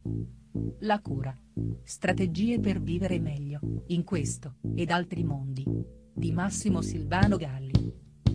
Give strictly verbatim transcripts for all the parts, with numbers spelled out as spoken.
La cura. Strategie per vivere meglio, in questo, ed altri mondi. Di Massimo Silvano Galli.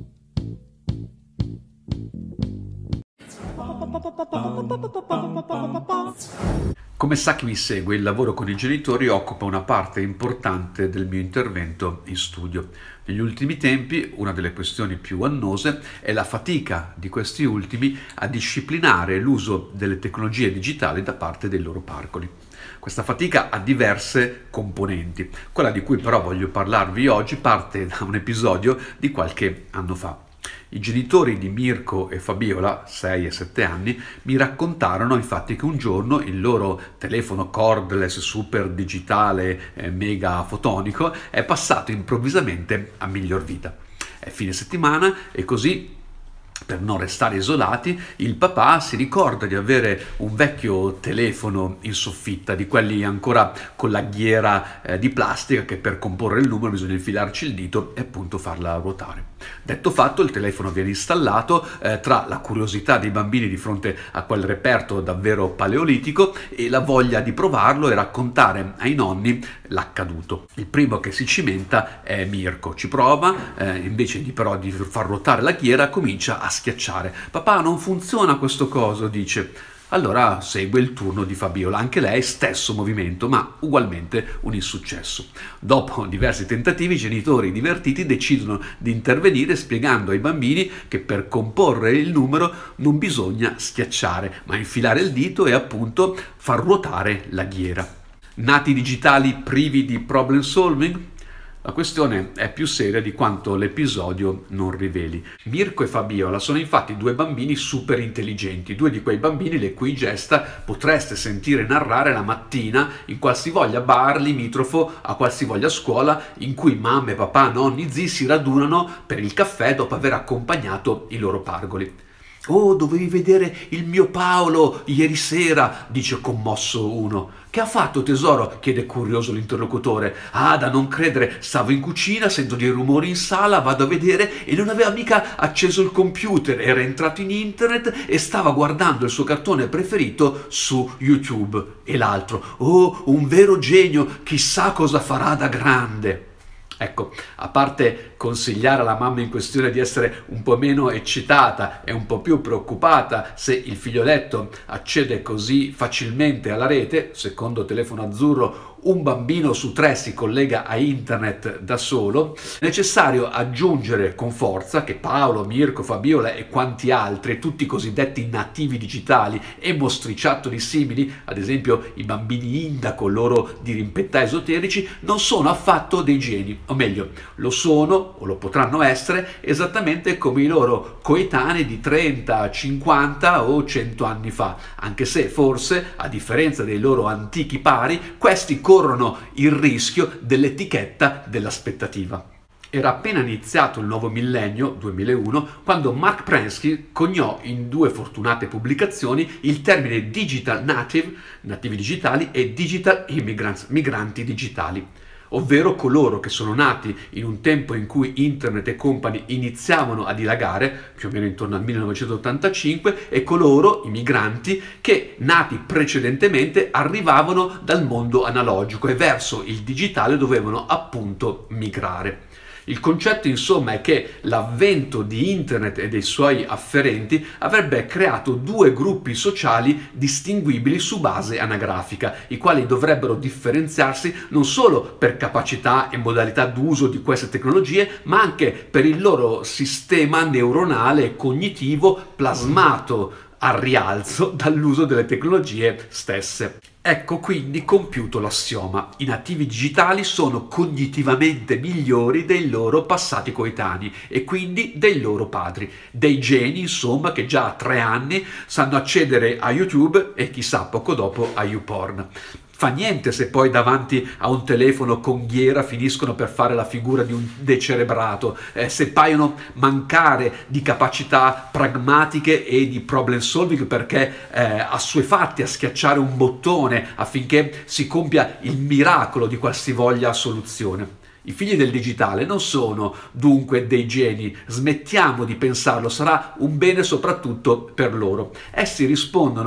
Come sa chi mi segue, il lavoro con i genitori occupa una parte importante del mio intervento in studio. Negli ultimi tempi, una delle questioni più annose è la fatica di questi ultimi a disciplinare l'uso delle tecnologie digitali da parte dei loro pargoli. Questa fatica ha diverse componenti. Quella di cui però voglio parlarvi oggi parte da un episodio di qualche anno fa. I genitori di Mirko e Fabiola, sei e sette anni, mi raccontarono infatti che un giorno il loro telefono cordless super digitale eh, mega fotonico è passato improvvisamente a miglior vita. È fine settimana e così, per non restare isolati, il papà si ricorda di avere un vecchio telefono in soffitta, di quelli ancora con la ghiera eh, di plastica che per comporre il numero bisogna infilarci il dito e appunto farla ruotare. Detto fatto, il telefono viene installato eh, tra la curiosità dei bambini di fronte a quel reperto davvero paleolitico e la voglia di provarlo e raccontare ai nonni l'accaduto. Il primo che si cimenta è Mirko, ci prova, eh, invece di però di far ruotare la ghiera comincia a schiacciare. Papà, non funziona questo coso, dice. Allora segue il turno di Fabiola, anche lei stesso movimento, ma ugualmente un insuccesso. Dopo diversi tentativi, i genitori divertiti decidono di intervenire spiegando ai bambini che per comporre il numero non bisogna schiacciare, ma infilare il dito e appunto far ruotare la ghiera. Nati digitali privi di problem solving? La questione è più seria di quanto l'episodio non riveli. Mirko e Fabiola sono infatti due bambini super intelligenti, due di quei bambini le cui gesta potreste sentire narrare la mattina in qualsivoglia bar limitrofo a qualsivoglia scuola in cui mamme, papà, nonni, zii si radunano per il caffè dopo aver accompagnato i loro pargoli. «Oh, dovevi vedere il mio Paolo ieri sera», dice commosso uno. «Che ha fatto, tesoro?» chiede curioso l'interlocutore. «Ah, da non credere, stavo in cucina, sento dei rumori in sala, vado a vedere e non aveva mica acceso il computer, era entrato in internet e stava guardando il suo cartone preferito su YouTube». E l'altro: «Oh, un vero genio, chissà cosa farà da grande». Ecco, a parte consigliare alla mamma in questione di essere un po' meno eccitata e un po' più preoccupata se il figlioletto accede così facilmente alla rete, secondo Telefono Azzurro un bambino su tre si collega a internet da solo, è necessario aggiungere con forza che Paolo, Mirko, Fabiola e quanti altri, tutti i cosiddetti nativi digitali e mostriciattoli simili, ad esempio i bambini indaco, loro dirimpettai esoterici, non sono affatto dei geni, o meglio, lo sono o lo potranno essere esattamente come i loro coetanei di trenta, cinquanta o cento anni fa, anche se forse, a differenza dei loro antichi pari, questi corrono il rischio dell'etichetta dell'aspettativa. Era appena iniziato il nuovo millennio, duemilauno, quando Mark Prensky coniò in due fortunate pubblicazioni il termine digital native, nativi digitali, e digital immigrants, migranti digitali, ovvero coloro che sono nati in un tempo in cui internet e compagni iniziavano a dilagare, più o meno intorno al millenovecentottantacinque, e coloro, i migranti, che nati precedentemente arrivavano dal mondo analogico e verso il digitale dovevano appunto migrare. Il concetto, insomma, è che l'avvento di internet e dei suoi afferenti avrebbe creato due gruppi sociali distinguibili su base anagrafica, i quali dovrebbero differenziarsi non solo per capacità e modalità d'uso di queste tecnologie, ma anche per il loro sistema neuronale e cognitivo plasmato al rialzo dall'uso delle tecnologie stesse. Ecco quindi compiuto l'assioma: i nativi digitali sono cognitivamente migliori dei loro passati coetanei e quindi dei loro padri, dei geni insomma che già a tre anni sanno accedere a YouTube e chissà poco dopo a YouPorn. Fa niente se poi davanti a un telefono con ghiera finiscono per fare la figura di un decerebrato, eh, se paiono mancare di capacità pragmatiche e di problem solving perché eh, assuefatti a schiacciare un bottone affinché si compia il miracolo di qualsivoglia soluzione. I figli del digitale non sono dunque dei geni, smettiamo di pensarlo, sarà un bene soprattutto per loro. Essi rispondono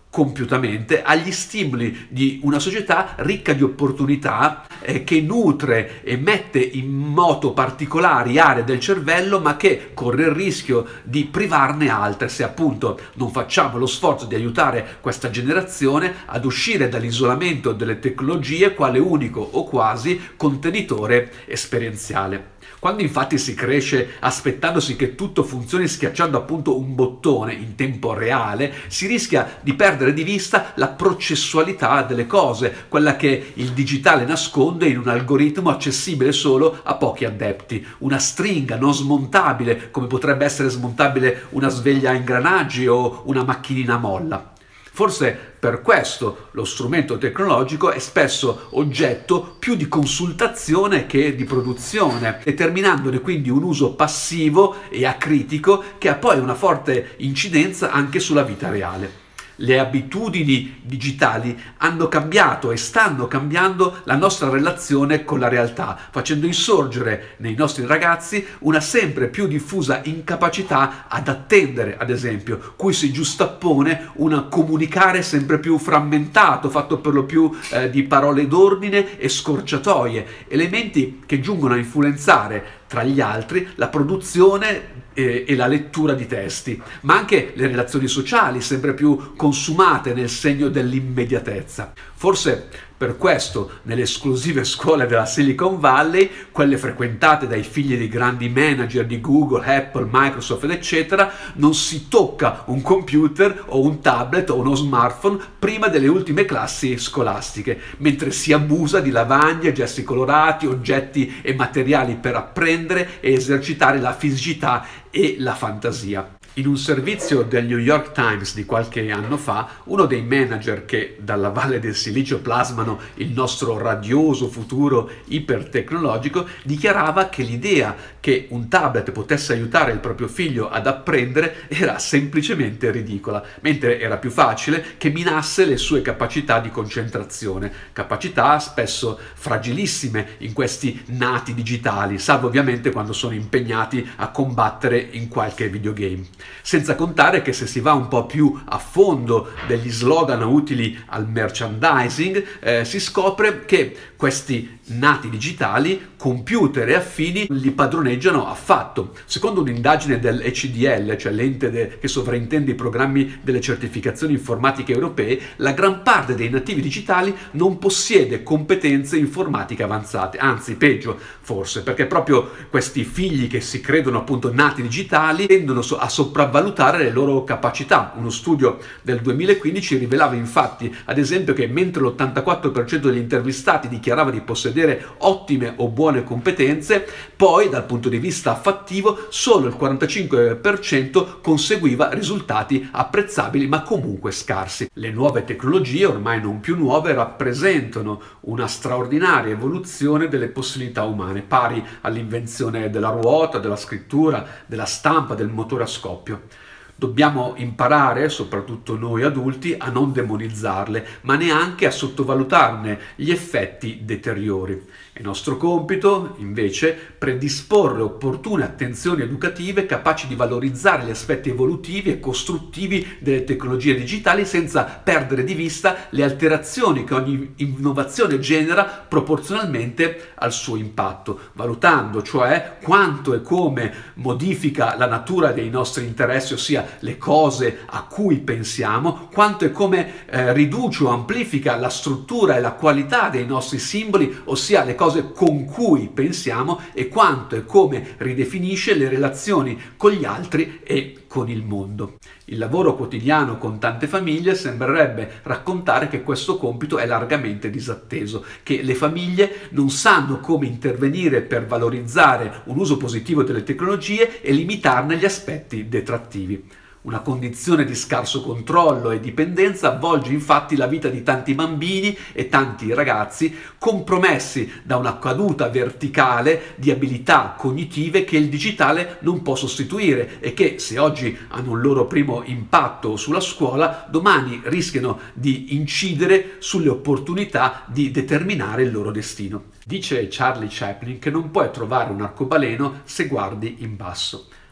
compiutamente agli stimoli di una società ricca di opportunità, eh, che nutre e mette in moto particolari aree del cervello, ma che corre il rischio di privarne altre se appunto non facciamo lo sforzo di aiutare questa generazione ad uscire dall'isolamento delle tecnologie quale unico o quasi contenitore esperienziale. Quando infatti si cresce aspettandosi che tutto funzioni schiacciando appunto un bottone in tempo reale, si rischia di perdere di vista la processualità delle cose, quella che il digitale nasconde in un algoritmo accessibile solo a pochi adepti, una stringa non smontabile come potrebbe essere smontabile una sveglia a ingranaggi o una macchinina a molla. Forse per questo lo strumento tecnologico è spesso oggetto più di consultazione che di produzione, determinandone quindi un uso passivo e acritico che ha poi una forte incidenza anche sulla vita reale. Le abitudini digitali hanno cambiato e stanno cambiando la nostra relazione con la realtà, facendo insorgere nei nostri ragazzi una sempre più diffusa incapacità ad attendere, ad esempio, cui si giustappone un comunicare sempre più frammentato, fatto per lo più eh, di parole d'ordine e scorciatoie, elementi che giungono a influenzare tra gli altri la produzione e, e la lettura di testi, ma anche le relazioni sociali sempre più consumate nel segno dell'immediatezza. Forse per questo nelle esclusive scuole della Silicon Valley, quelle frequentate dai figli dei grandi manager di Google, Apple, Microsoft ed eccetera, non si tocca un computer o un tablet o uno smartphone prima delle ultime classi scolastiche, mentre si abusa di lavagne, gesti colorati, oggetti e materiali per apprendere e esercitare la fisicità e la fantasia. In un servizio del New York Times di qualche anno fa, uno dei manager che dalla Valle del Silicio plasmano il nostro radioso futuro ipertecnologico dichiarava che l'idea che un tablet potesse aiutare il proprio figlio ad apprendere era semplicemente ridicola, mentre era più facile che minasse le sue capacità di concentrazione, capacità spesso fragilissime in questi nati digitali, salvo ovviamente quando sono impegnati a combattere in qualche videogame. Senza contare che se si va un po' più a fondo degli slogan utili al merchandising, eh, si scopre che questi nati digitali, computer e affini, li padroneggiano affatto. Secondo un'indagine del E C D L, cioè l'ente de- che sovrintende i programmi delle certificazioni informatiche europee, la gran parte dei nativi digitali non possiede competenze informatiche avanzate, anzi peggio forse, perché proprio questi figli che si credono appunto nati digitali tendono so- a sopravvalutare le loro capacità. Uno studio del duemilaquindici rivelava infatti, ad esempio, che mentre l'ottantaquattro per cento degli intervistati dichiarava di possedere ottime o buone competenze, poi dal punto di vista affattivo solo il quarantacinque per cento conseguiva risultati apprezzabili ma comunque scarsi. Le nuove tecnologie, ormai non più nuove, rappresentano una straordinaria evoluzione delle possibilità umane, pari all'invenzione della ruota, della scrittura, della stampa, del motore a scoppio. Dobbiamo imparare, soprattutto noi adulti, a non demonizzarle, ma neanche a sottovalutarne gli effetti deteriori. È nostro compito, invece, predisporre opportune attenzioni educative capaci di valorizzare gli aspetti evolutivi e costruttivi delle tecnologie digitali senza perdere di vista le alterazioni che ogni innovazione genera proporzionalmente al suo impatto, valutando cioè quanto e come modifica la natura dei nostri interessi, ossia le cose a cui pensiamo, quanto e come eh, riduce o amplifica la struttura e la qualità dei nostri simboli, ossia le cose con cui pensiamo, e quanto e come ridefinisce le relazioni con gli altri e con il mondo. Il lavoro quotidiano con tante famiglie sembrerebbe raccontare che questo compito è largamente disatteso, che le famiglie non sanno come intervenire per valorizzare un uso positivo delle tecnologie e limitarne gli aspetti detrattivi. Una condizione di scarso controllo e dipendenza avvolge infatti la vita di tanti bambini e tanti ragazzi, compromessi da una caduta verticale di abilità cognitive che il digitale non può sostituire e che, se oggi hanno un loro primo impatto sulla scuola, domani rischiano di incidere sulle opportunità di determinare il loro destino. Dice Charlie Chaplin che non puoi trovare un arcobaleno se guardi in basso.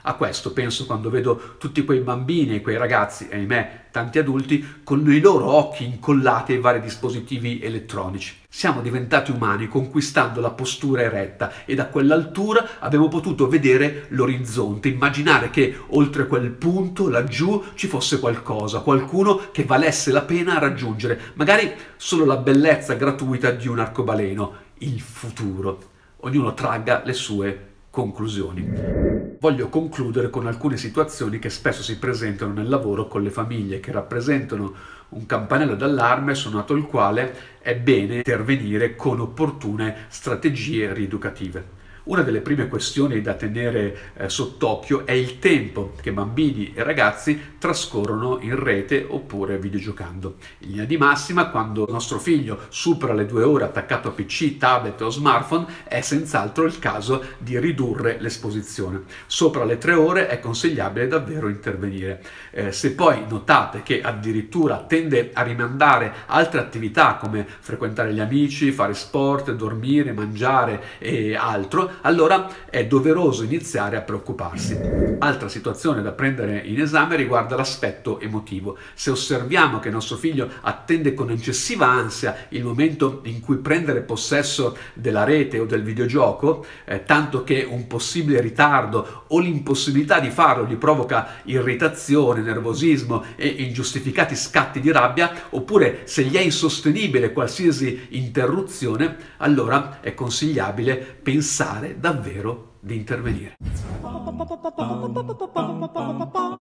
A questo penso quando vedo tutti quei bambini e quei ragazzi, e ahimè tanti adulti, con i loro occhi incollati ai vari dispositivi elettronici. Siamo diventati umani conquistando la postura eretta e da quell'altura abbiamo potuto vedere l'orizzonte, immaginare che oltre quel punto, laggiù, ci fosse qualcosa, qualcuno che valesse la pena raggiungere, magari solo la bellezza gratuita di un arcobaleno, il futuro. Ognuno tragga le sue conclusioni. Voglio concludere con alcune situazioni che spesso si presentano nel lavoro con le famiglie, che rappresentano un campanello d'allarme suonato il quale è bene intervenire con opportune strategie rieducative. Una delle prime questioni da tenere eh, sott'occhio è il tempo che bambini e ragazzi trascorrono in rete oppure videgiocando. In linea di massima, quando il nostro figlio supera le due ore attaccato a P C, tablet o smartphone, è senz'altro il caso di ridurre l'esposizione. Sopra le tre ore è consigliabile davvero intervenire. Eh, se poi notate che addirittura tende a rimandare altre attività come frequentare gli amici, fare sport, dormire, mangiare e altro, allora è doveroso iniziare a preoccuparsi. Altra situazione da prendere in esame riguarda l'aspetto emotivo. Se osserviamo che il nostro figlio attende con eccessiva ansia il momento in cui prendere possesso della rete o del videogioco, eh, tanto che un possibile ritardo o l'impossibilità di farlo gli provoca irritazione, nervosismo e ingiustificati scatti di rabbia, oppure se gli è insostenibile qualsiasi interruzione, allora è consigliabile pensare davvero di intervenire.